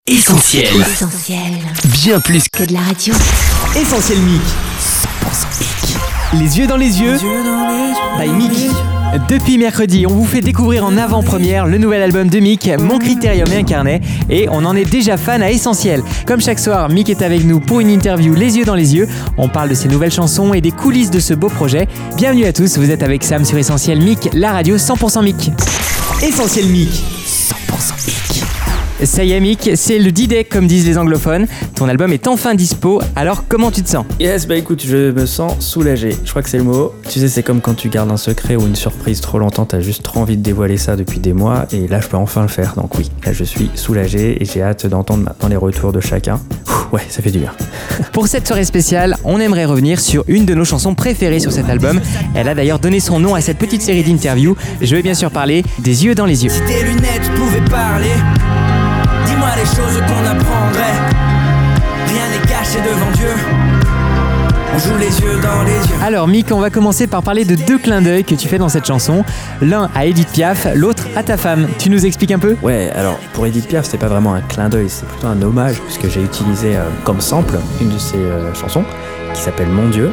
Essentiel. Bien plus que de la radio. Essentiel Mic. 100% Mic. Les yeux dans les yeux. By Mic. Depuis mercredi, on vous fait découvrir en avant-première le nouvel album de Mic, Mon Critérium et un carnet, et on en est déjà fan à Essentiel. Comme chaque soir, Mic est avec nous pour une interview Les yeux dans les yeux. On parle de ses nouvelles chansons et des coulisses de ce beau projet. Bienvenue à tous, vous êtes avec Sam sur Essentiel Mic, la radio 100% Mic. Essentiel Mic. 100% Mic. Ça y est Mic, c'est le D-Day comme disent les anglophones. Ton album est enfin dispo, alors comment tu te sens ? Yes, bah écoute, je me sens soulagé. Je crois que c'est le mot. Tu sais, c'est comme quand tu gardes un secret ou une surprise trop longtemps, t'as juste trop envie de dévoiler ça depuis des mois, et là je peux enfin le faire. Donc oui, là je suis soulagé et j'ai hâte d'entendre maintenant les retours de chacun. Ouais, ça fait du bien. Pour cette soirée spéciale, on aimerait revenir sur une de nos chansons préférées sur cet album. Elle a d'ailleurs donné son nom à cette petite série d'interviews. Je vais bien sûr parler des yeux dans les yeux. Si tes lunettes pouvaient parler, dis-moi les choses qu'on apprendrait. Rien n'est caché devant Dieu. On joue les yeux dans les yeux. Alors Mic, on va commencer par parler de deux clins d'œil que tu fais dans cette chanson. L'un à Edith Piaf, l'autre à ta femme. Tu nous expliques un peu ? Ouais, alors pour Edith Piaf, c'est pas vraiment un clin d'œil, c'est plutôt un hommage, puisque j'ai utilisé comme sample une de ses chansons qui s'appelle Mon Dieu.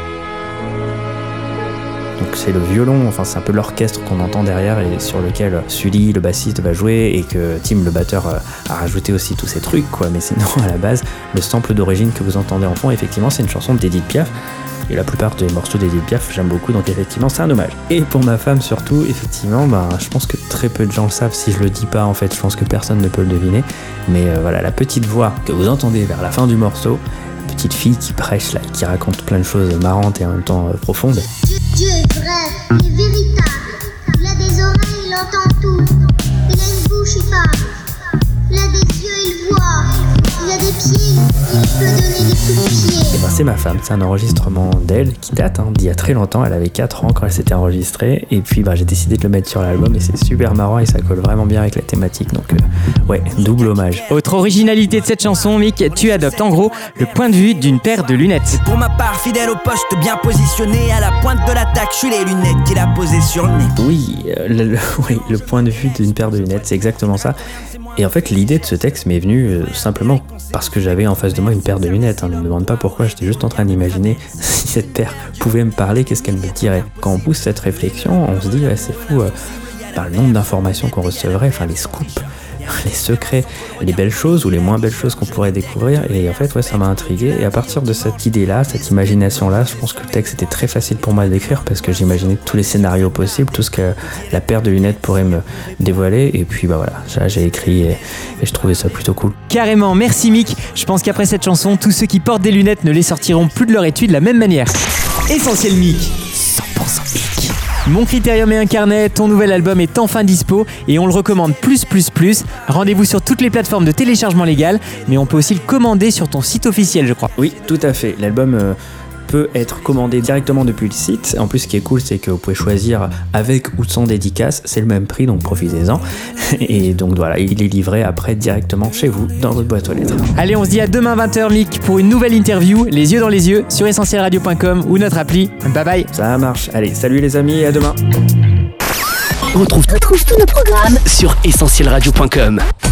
Donc c'est le violon, enfin c'est un peu l'orchestre qu'on entend derrière et sur lequel Sully, le bassiste, va jouer, et que Tim, le batteur, a rajouté aussi tous ces trucs, quoi. Mais sinon, à la base, le sample d'origine que vous entendez en fond, effectivement, c'est une chanson d'Edith Piaf. Et la plupart des morceaux d'Edith Piaf, j'aime beaucoup, donc effectivement, c'est un hommage. Et pour ma femme surtout, effectivement, je pense que très peu de gens le savent. Si je le dis pas, en fait, je pense que personne ne peut le deviner. Mais voilà, la petite voix que vous entendez vers la fin du morceau, petite fille qui prêche là, qui raconte plein de choses marrantes et en même temps profondes. Dieu est vrai, il est véritable. Il a des oreilles, il entend tout. Il a une bouche, il parle. Il a des yeux, il voit. Il a des pieds, il peut donner des coups de pied. Et c'est ma femme, c'est un enregistrement d'elle qui date d'il y a très longtemps. Elle avait 4 ans quand elle s'était enregistrée. Et puis j'ai décidé de le mettre sur l'album et c'est super marrant et ça colle vraiment bien avec la thématique. Donc ouais, double hommage. Autre originalité de cette chanson, Mic, tu adoptes en gros le point de vue d'une paire de lunettes. Pour ma part, fidèle au poste, bien positionné à la pointe de l'attaque, je suis les lunettes qu'il a posées sur le nez. Oui, le point de vue d'une paire de lunettes, c'est exactement ça. Et en fait, l'idée de ce texte m'est venue simplement parce que j'avais en face de moi une paire de lunettes. Ne me demande pas pourquoi, j'étais juste en train d'imaginer si cette paire pouvait me parler, qu'est-ce qu'elle me dirait. Quand on pousse cette réflexion, on se dit, c'est fou, par le nombre d'informations qu'on recevrait, enfin les scoops, les secrets, les belles choses ou les moins belles choses qu'on pourrait découvrir. Et en fait, ça m'a intrigué. Et à partir de cette idée-là, cette imagination-là, je pense que le texte était très facile pour moi à décrire parce que j'imaginais tous les scénarios possibles, tout ce que la paire de lunettes pourrait me dévoiler. Et puis j'ai écrit et je trouvais ça plutôt cool. Carrément, merci Mic. Je pense qu'après cette chanson, tous ceux qui portent des lunettes ne les sortiront plus de leur étui de la même manière. Essentiel Mic. 100% Mic. Mon Critérium et un carnet, ton nouvel album est enfin dispo et on le recommande plus. Rendez-vous sur toutes les plateformes de téléchargement légal, mais on peut aussi le commander sur ton site officiel, je crois. Oui, tout à fait. L'album peut être commandé directement depuis le site. En plus, ce qui est cool, c'est que vous pouvez choisir avec ou sans dédicace. C'est le même prix, donc profitez-en. Et donc voilà, il est livré après directement chez vous, dans votre boîte aux lettres. Allez, on se dit à demain 20h, Mic, pour une nouvelle interview, les yeux dans les yeux, sur essentielradio.com ou notre appli. Bye bye. Ça marche. Allez, salut les amis et à demain. On retrouve tous nos programmes sur essentielradio.com.